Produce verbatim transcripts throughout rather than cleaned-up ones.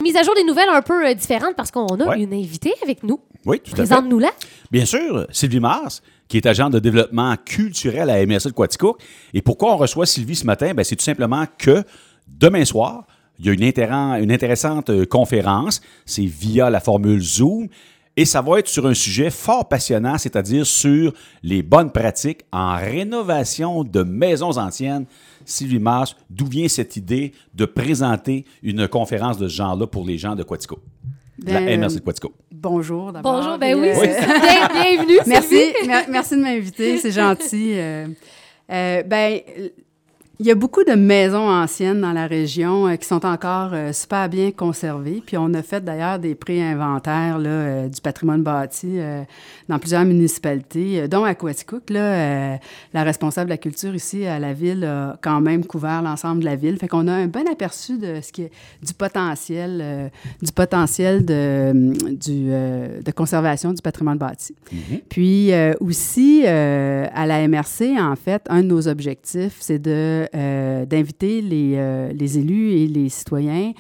mise à jour des nouvelles un peu euh, différentes parce qu'on a Ouais. une invitée avec nous. Oui, tout à fait. Présente-nous-la. Bien sûr, Sylvie Mars, qui est agente de développement culturel à M R C de Quaticook. Et pourquoi on reçoit Sylvie ce matin? Bien, c'est tout simplement que demain soir, il y a une, intéren- une intéressante euh, conférence. C'est via la formule Zoom. Et ça va être sur un sujet fort passionnant, c'est-à-dire sur les bonnes pratiques en rénovation de maisons anciennes. Sylvie Mars, d'où vient cette idée de présenter une conférence de ce genre-là pour les gens de Quaticook? Ben, La M R C de Quaticook. Bonjour d'abord. Bonjour, ben Puis, oui, euh, c'est ça. Bien, bienvenue, Merci, Sylvie. mer- merci de m'inviter, c'est gentil. Euh, euh, ben, il y a beaucoup de maisons anciennes dans la région euh, qui sont encore euh, super bien conservées. Puis on a fait d'ailleurs des pré-inventaires là, euh, du patrimoine bâti euh, dans plusieurs municipalités, euh, dont à Quaticook. Là, euh, la responsable de la culture ici à la ville a quand même couvert l'ensemble de la ville. Fait qu'on a un bon aperçu de ce qui est du potentiel, euh, du potentiel de, du, euh, de conservation du patrimoine bâti. Mm-hmm. Puis euh, aussi, euh, à la M R C, en fait, un de nos objectifs, c'est de, euh, d'inviter les, euh, les élus et les citoyens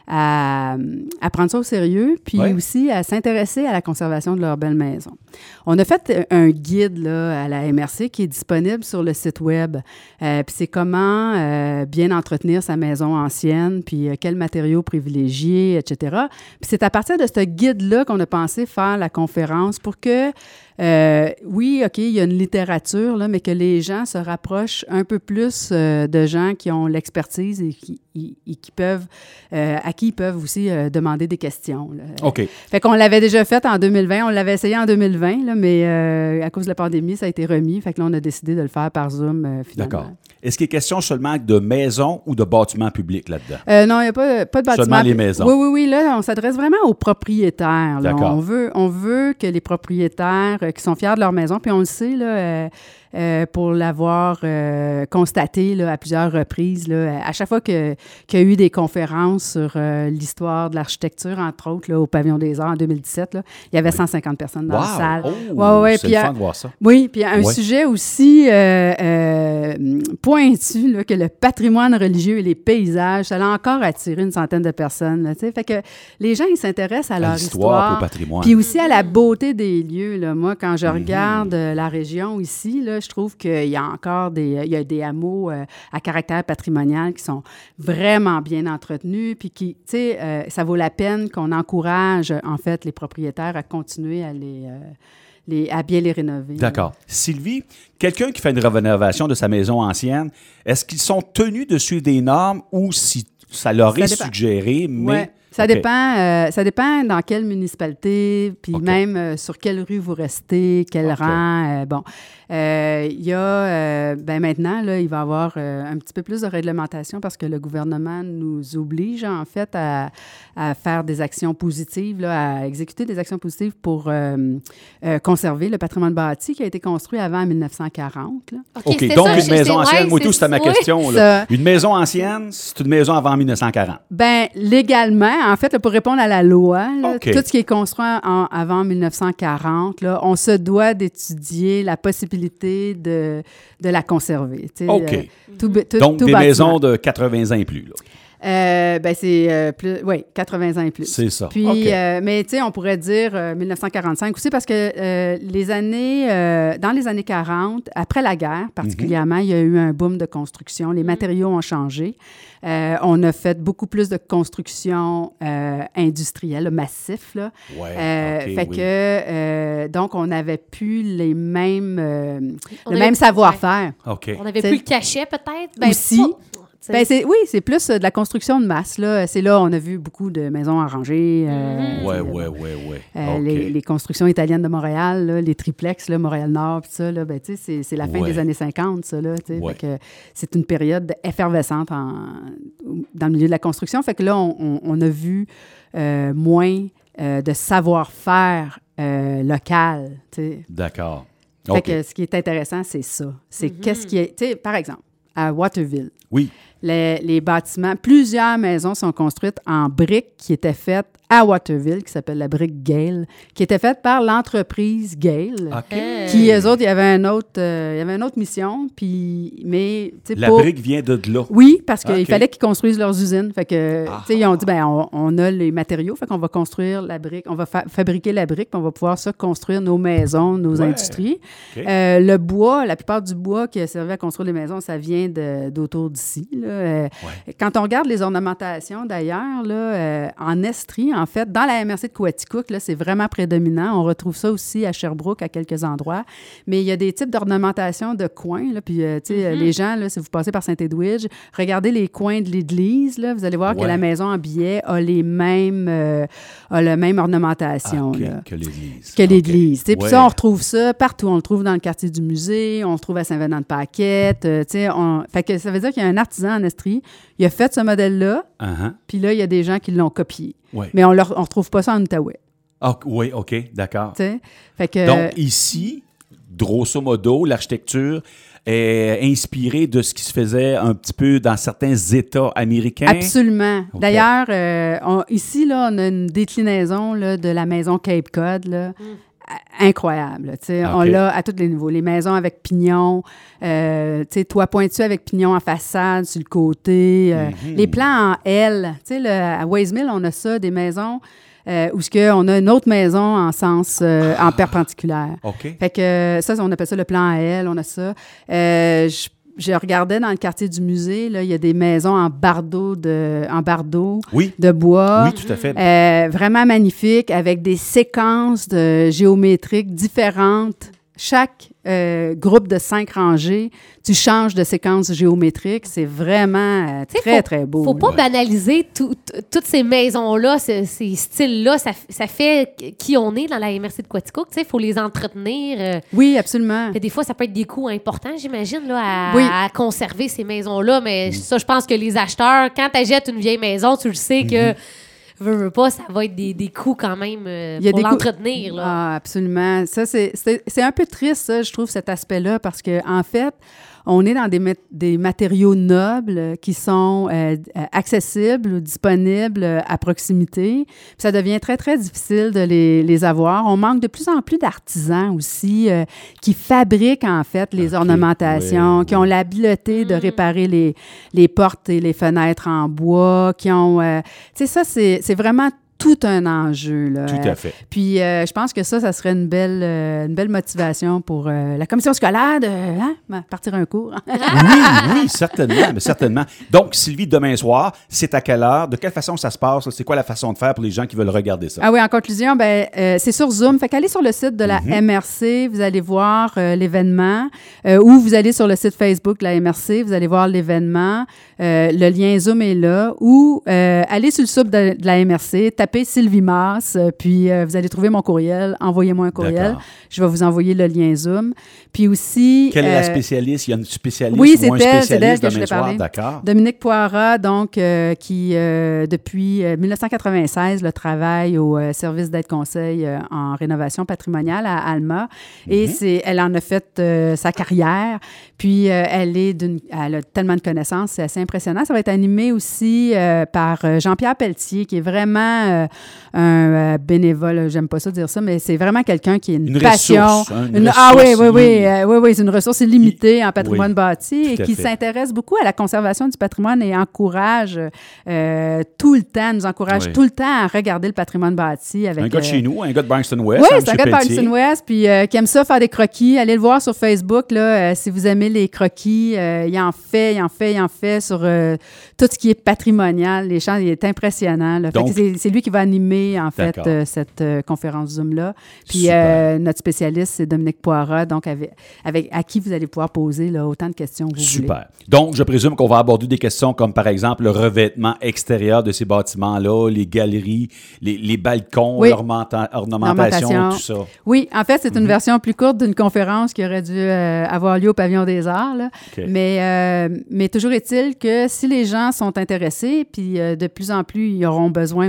à, à prendre ça au sérieux, puis Ouais. aussi à s'intéresser à la conservation de leur belle maison. On a fait un guide là, à la M R C qui est disponible sur le site web. Euh, puis c'est comment euh, bien entretenir sa maison ancienne, puis euh, quels matériaux privilégier, et cetera. Puis c'est à partir de ce guide-là qu'on a pensé faire la conférence pour que Euh, oui, OK, il y a une littérature, là, mais que les gens se rapprochent un peu plus euh, de gens qui ont l'expertise et qui, et, et qui peuvent, euh, à qui ils peuvent aussi euh, demander des questions. Là. OK. Fait qu'on l'avait déjà fait en deux mille vingt. On l'avait essayé en deux mille vingt, là, mais euh, à cause de la pandémie, ça a été remis. Fait que là, on a décidé de le faire par Zoom, euh, finalement. D'accord. Est-ce qu'il est question seulement de maisons ou de bâtiments publics là-dedans? Euh, non, il n'y a pas, pas de bâtiment. Seulement les maisons. Oui, oui, oui. Là, on s'adresse vraiment aux propriétaires. Là. D'accord. On veut, on veut que les propriétaires euh, qui sont fiers de leur maison, puis on le sait, là, euh, euh, pour l'avoir euh, constaté là, à plusieurs reprises, là, à chaque fois que, qu'il y a eu des conférences sur euh, l'histoire de l'architecture, entre autres, là, au Pavillon des Arts en deux mille dix-sept, là, il y avait cent cinquante personnes dans Wow! la salle. Oh, Ouais, ouais, c'est puis, le euh, fun de voir ça. Oui, puis un Ouais. sujet aussi euh, euh, pointu, là, que le patrimoine religieux et les paysages, ça a encore attiré une centaine de personnes. Là, tu sais. Fait que les gens, ils s'intéressent à, À leur l'histoire, histoire. au patrimoine. Puis aussi à la beauté des lieux. Là. Moi, quand je Mhm. regarde euh, la région ici, là, je trouve qu'il y a encore des, il y a des hameaux euh, à caractère patrimonial qui sont vraiment bien entretenus, puis qui, tu sais, euh, ça vaut la peine qu'on encourage, en fait, les propriétaires à continuer à les... euh, Les, à bien les rénover. D'accord. Sylvie, quelqu'un qui fait une rénovation de sa maison ancienne, est-ce qu'ils sont tenus de suivre des normes ou si ça leur Ça est dépend. suggéré, mais... Ouais. Ça, OK. dépend, euh, ça dépend dans quelle municipalité, puis OK. même euh, sur quelle rue vous restez, quel OK. rang. euh, bon, Euh, il y a, euh, ben maintenant, là, il va y avoir euh, un petit peu plus de réglementation parce que le gouvernement nous oblige, en fait, à, à faire des actions positives, là, à exécuter des actions positives pour euh, euh, conserver le patrimoine bâti qui a été construit avant en dix-neuf cent quarante. Là. OK, c'était donc ça, une je- maison c'est- ancienne, ouais, moi tout, c'est- c'était ma ouais. question. Là. Ça- Une maison ancienne, c'est une maison avant mille neuf cent quarante. Ben légalement, en fait, là, pour répondre à la loi, là, OK. tout ce qui est construit en- avant mille neuf cent quarante, là, on se doit d'étudier la possibilité de, de la conserver. tu sais, OK. euh, tout, tout- Donc, tout des bâtiment. maisons de quatre-vingts ans et plus. Là. Euh, ben c'est euh, plus, oui, quatre-vingts ans et plus. C'est ça. Puis, OK. euh, mais tu sais, on pourrait dire euh, mille neuf cent quarante-cinq aussi parce que euh, les années, euh, dans les années quarante, après la guerre particulièrement, il y a eu un boom de construction. Les matériaux ont changé. Euh, on a fait beaucoup plus de construction euh, industrielle, massif, là. Ouais, Euh, OK, fait oui. que, euh, donc, on n'avait plus les mêmes, euh, On le avait- même savoir-faire. OK. On avait C'est- plus le cachet, peut-être? Ben, Aussi. pas- tu sais. Ben, c'est, oui, c'est plus euh, de la construction de masse. Là. C'est là on a vu beaucoup de maisons en rangée. euh, Ouais, tu sais, ouais, bon. ouais, ouais. Euh, OK. les, les constructions italiennes de Montréal, là, les triplex, là, Montréal-Nord, puis ça, là, ben, tu sais, c'est, c'est la fin Ouais. des années cinquante, ça. Là, tu sais. Ouais. Fait que c'est une période effervescente en, dans le milieu de la construction. Fait que là, on, on- on a vu euh, moins euh, de savoir-faire euh, local. Tu sais. D'accord. Fait OK. que ce qui est intéressant, c'est ça. C'est qu'est-ce qui est... Tu sais, par exemple, à Waterville, Oui. les, les bâtiments, plusieurs maisons sont construites en briques qui étaient faites à Waterville, qui s'appelle la brique Gale, qui était faite par l'entreprise Gale, OK. qui, eux autres, il y avait un autre, euh, il y avait une autre mission, puis, mais, tu sais, La pour- brique vient de là. Oui, parce qu'il OK. fallait qu'ils construisent leurs usines. Fait que, Ah. tu sais, ils ont dit, ben on, on a les matériaux, fait qu'on va construire la brique, on va fa- fabriquer la brique, puis on va pouvoir ça construire nos maisons, nos Ouais. industries. OK. Euh, le bois, la plupart du bois qui a servi à construire les maisons, ça vient de- d'autour d'ici, là. Euh, Ouais. Quand on regarde les ornementations, d'ailleurs, là, euh, en Estrie, en fait, dans la M R C de Coaticook, là, c'est vraiment prédominant. On retrouve ça aussi à Sherbrooke, à quelques endroits. Mais il y a des types d'ornementation de coins, là, puis, euh, tu sais, Mm-hmm. les gens, là, si vous passez par Saint-Edwidge, regardez les coins de l'église, là, vous allez voir que Ouais. la maison en billet a les mêmes, euh, a la même Ah, ornementation, OK, là. que l'église. Que OK. l'église. Tu sais, Puis Ouais. ça, on retrouve ça partout. On le trouve dans le quartier du musée, on le trouve à Saint-Venant-de-Paquette. euh, tu sais, on... Fait que ça veut dire qu'il y a un artisan en Estrie. Il a fait ce modèle-là, Uh-huh. puis là, il y a des gens qui l'ont copié. Ouais. Mais on ne retrouve pas ça en Outaouais. Ah, oui, OK, d'accord. tu sais. Fait que, Donc, ici, grosso modo, l'architecture est inspirée de ce qui se faisait un petit peu dans certains États américains. absolument. OK. D'ailleurs, euh, on- ici, là, on a une déclinaison là, de la maison Cape Cod, là. a- Incroyable. là, tu sais. On OK. l'a à tous les niveaux. Les maisons avec pignons, euh, tu sais, toit pointu avec pignons en façade, sur le côté. euh, Mhm. Les plans en L. Tu sais, le- à Waysmill, on a ça, des maisons euh, où ce que on a une autre maison en sens, euh, en perpendiculaire. OK. Fait que euh, ça, on appelle ça le plan à L, on a ça. Euh, je, je regardais dans le quartier du musée, là, il y a des maisons en bardeaux de, en bardeaux Oui, de bois. oui, tout à fait. Euh, vraiment magnifique, avec des séquences de géométriques différentes. Chaque euh, groupe de cinq rangées, tu changes de séquence géométrique. C'est vraiment euh, Tu sais, très, faut- très beau. Faut pas là. banaliser tout- t- toutes ces maisons-là, ce- ces styles-là. Ça, f- ça fait qui on est dans la M R C de Coaticook. Il faut les entretenir. euh, Oui, absolument. Puis des fois, ça peut être des coûts importants, j'imagine, là, à, Oui. à conserver ces maisons-là. Mais ça, je pense que les acheteurs, quand tu achètes une vieille maison, tu le sais que, veux, veux pas, ça va être des, des coûts quand même euh, Il y a pour des coûts- l'entretenir. là. Ah, absolument. Ça, c'est, c'est, c'est un peu triste, ça, je trouve, cet aspect-là, parce que en fait, on est dans des, mat- des matériaux nobles qui sont euh, euh, accessibles ou disponibles euh, à proximité. Puis ça devient très, très difficile de les, les avoir. On manque de plus en plus d'artisans aussi euh, qui fabriquent, en fait, les Ok, ornementations, ouais, qui ont ouais. l'habileté de Mm. réparer les, les portes et les fenêtres en bois, qui ont... euh, tu sais, ça, c'est, c'est vraiment tout un enjeu, là. Tout à fait. Puis, euh, je pense que ça, ça serait une belle, euh, une belle motivation pour euh, la commission scolaire de hein, partir un cours. Oui, oui, certainement, mais certainement. Donc, Sylvie, demain soir, c'est à quelle heure? De quelle façon ça se passe? C'est quoi la façon de faire pour les gens qui veulent regarder ça? Ah oui, en conclusion, ben, euh, c'est sur Zoom. Fait qu'allez sur le site de la M R C, vous allez voir euh, l'événement, euh, ou vous allez sur le site Facebook de la M R C, vous allez voir l'événement. Euh, le lien Zoom est là. Ou euh, allez sur le site de, de la M R C, tapez Sylvie Masse, euh, puis euh, vous allez trouver mon courriel. Envoyez-moi un courriel. D'accord. Je vais vous envoyer le lien Zoom. Puis aussi... Quelle est la euh, spécialiste? Il y a une spécialiste oui, ou c'est un elle, c'est spécialiste d'elle que je demain voulais soir? parler. D'accord. Dominique Poirat, donc, euh, qui, euh, depuis euh, dix-neuf cent quatre-vingt-seize, le travaille au euh, service d'aide-conseil euh, en rénovation patrimoniale à Alma. Et Mhm. c'est, elle en a fait euh, sa carrière. Puis, euh, elle, est d'une, elle a tellement de connaissances, c'est assez impressionnant. Ça va être animé aussi euh, par euh, Jean-Pierre Pelletier, qui est vraiment euh, un euh, bénévole. J'aime pas ça dire ça, mais c'est vraiment quelqu'un qui a une, Une passion. ressource, hein, une Une- ah oui, ressource oui, oui, illimitée. euh, oui, oui, c'est une ressource illimitée en patrimoine Oui, bâti et tout à qui fait. s'intéresse beaucoup à la conservation du patrimoine et encourage euh, tout le temps, nous encourage Oui. tout le temps à regarder le patrimoine bâti avec... Un gars de euh, chez nous, un gars de Branxton West. oui, hein, c'est un M. gars de Pelletier. Parkinson West, puis euh, qui aime ça faire des croquis. Allez le voir sur Facebook, là, euh, si vous aimez les croquis. Euh, il en fait, il en fait, il en fait sur euh, tout ce qui est patrimonial. Les champs, il est impressionnant. Là. Fait Donc- que c'est, c'est lui qui va animer, en fait, D'accord. euh, cette euh, conférence Zoom-là. Puis Super. euh, notre spécialiste, c'est Dominique Poirat, donc avec, avec, à qui vous allez pouvoir poser là, autant de questions que vous voulez. Super. Donc, je présume qu'on va aborder des questions comme, par exemple, le revêtement extérieur de ces bâtiments-là, les galeries, les, les balcons, Oui. l'ornementa- ornementation, L'ornementation. tout ça. Oui, en fait, c'est Mhm. une version plus courte d'une conférence qui aurait dû euh, avoir lieu au Pavillon des Arts. Là. OK. Mais, euh, mais toujours est-il que si les gens sont intéressés, puis euh, de plus en plus, ils auront besoin aussi de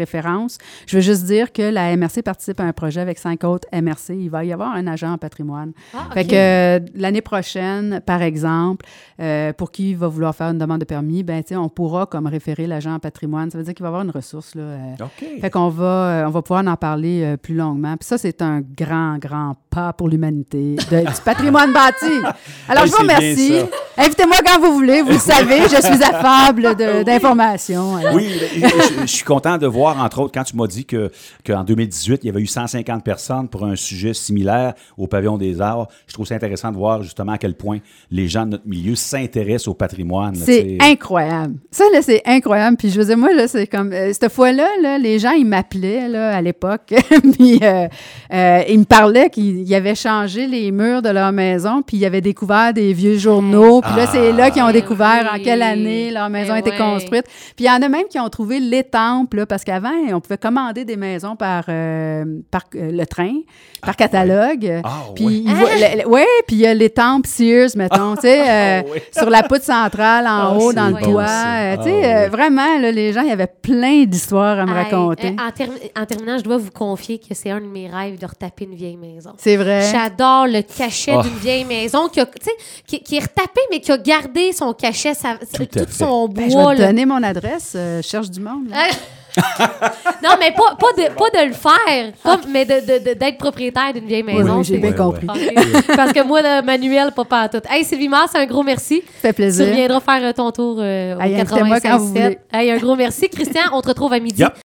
référence. Je veux juste dire que la M R C participe à un projet avec cinq autres M R C. Il va y avoir un agent en patrimoine. Ah, Fait OK. que euh, l'année prochaine, par exemple, euh, pour qui va vouloir faire une demande de permis, ben, tu sais, on pourra comme référer l'agent en patrimoine. Ça veut dire qu'il va y avoir une ressource, là. euh. OK. Fait qu'on va, euh, on va pouvoir en parler euh, plus longuement. Puis ça, c'est un grand, grand pas pour l'humanité de- du patrimoine bâti. Alors, Hey, je vous c'est bien remercie. ça. Invitez-moi quand vous voulez. Vous le savez, je suis affable de- d'informations. Alors, Oui, je, je- je suis content de voir, entre autres, quand tu m'as dit que, qu'en deux mille dix-huit, il y avait eu cent cinquante personnes pour un sujet similaire au Pavillon des Arts. Je trouve ça intéressant de voir justement à quel point les gens de notre milieu s'intéressent au patrimoine. là, C'est tu sais. incroyable. Ça, là, c'est incroyable. Puis je veux dire, moi, là, c'est comme... euh, cette fois-là, là, les gens, ils m'appelaient, là, à l'époque. Puis euh, euh, ils me parlaient qu'ils ils avaient changé les murs de leur maison, puis ils avaient découvert des vieux journaux. Puis là, c'est là qu'ils ont Ah, découvert en oui. quelle année leur maison a Eh été ouais. construite. Puis il y en a même qui ont trouvé l'étampe, là, parce qu'avant, on pouvait commander des maisons par, euh, par euh, le train, par catalogue. Ah, Puis ouais. ils voient- le- le- ouais, puis il y a l'étampe Sears, mettons, tu sais, euh, Ah, ouais. sur la poutre centrale en Ah, haut, c'est dans le bon, toit. ça. Euh, tu Ah, sais, ouais. euh, vraiment, là, les gens, il y avait plein d'histoires à me Hey, raconter. euh, en, termi- en terminant, je dois vous confier que c'est un de mes rêves de retaper une vieille maison. C'est vrai. J'adore le cachet Oh. d'une vieille maison qui, a, tu sais, qui, qui est retapé, mais qui a gardé son cachet, sa- Tout à tout fait. son Ben, je bois. vais te là. donner mon adresse. euh, je cherche du monde. là. Non, mais pas, pas, de, pas de le faire, comme- mais de, de- de- d'être propriétaire d'une vieille maison. oui, j'ai c'est- bien Ouais, compris. Ok. Parce que moi, le manuel, pas pas à tout. Hey, Sylvie Mars, un gros merci. Ça fait Tu plaisir. reviendras faire euh, ton tour euh, au Hey, invitez-moi quand vous quatre-vingt-seize sept. voulez. Hey, un gros merci. Christian, on te retrouve à midi. Yep.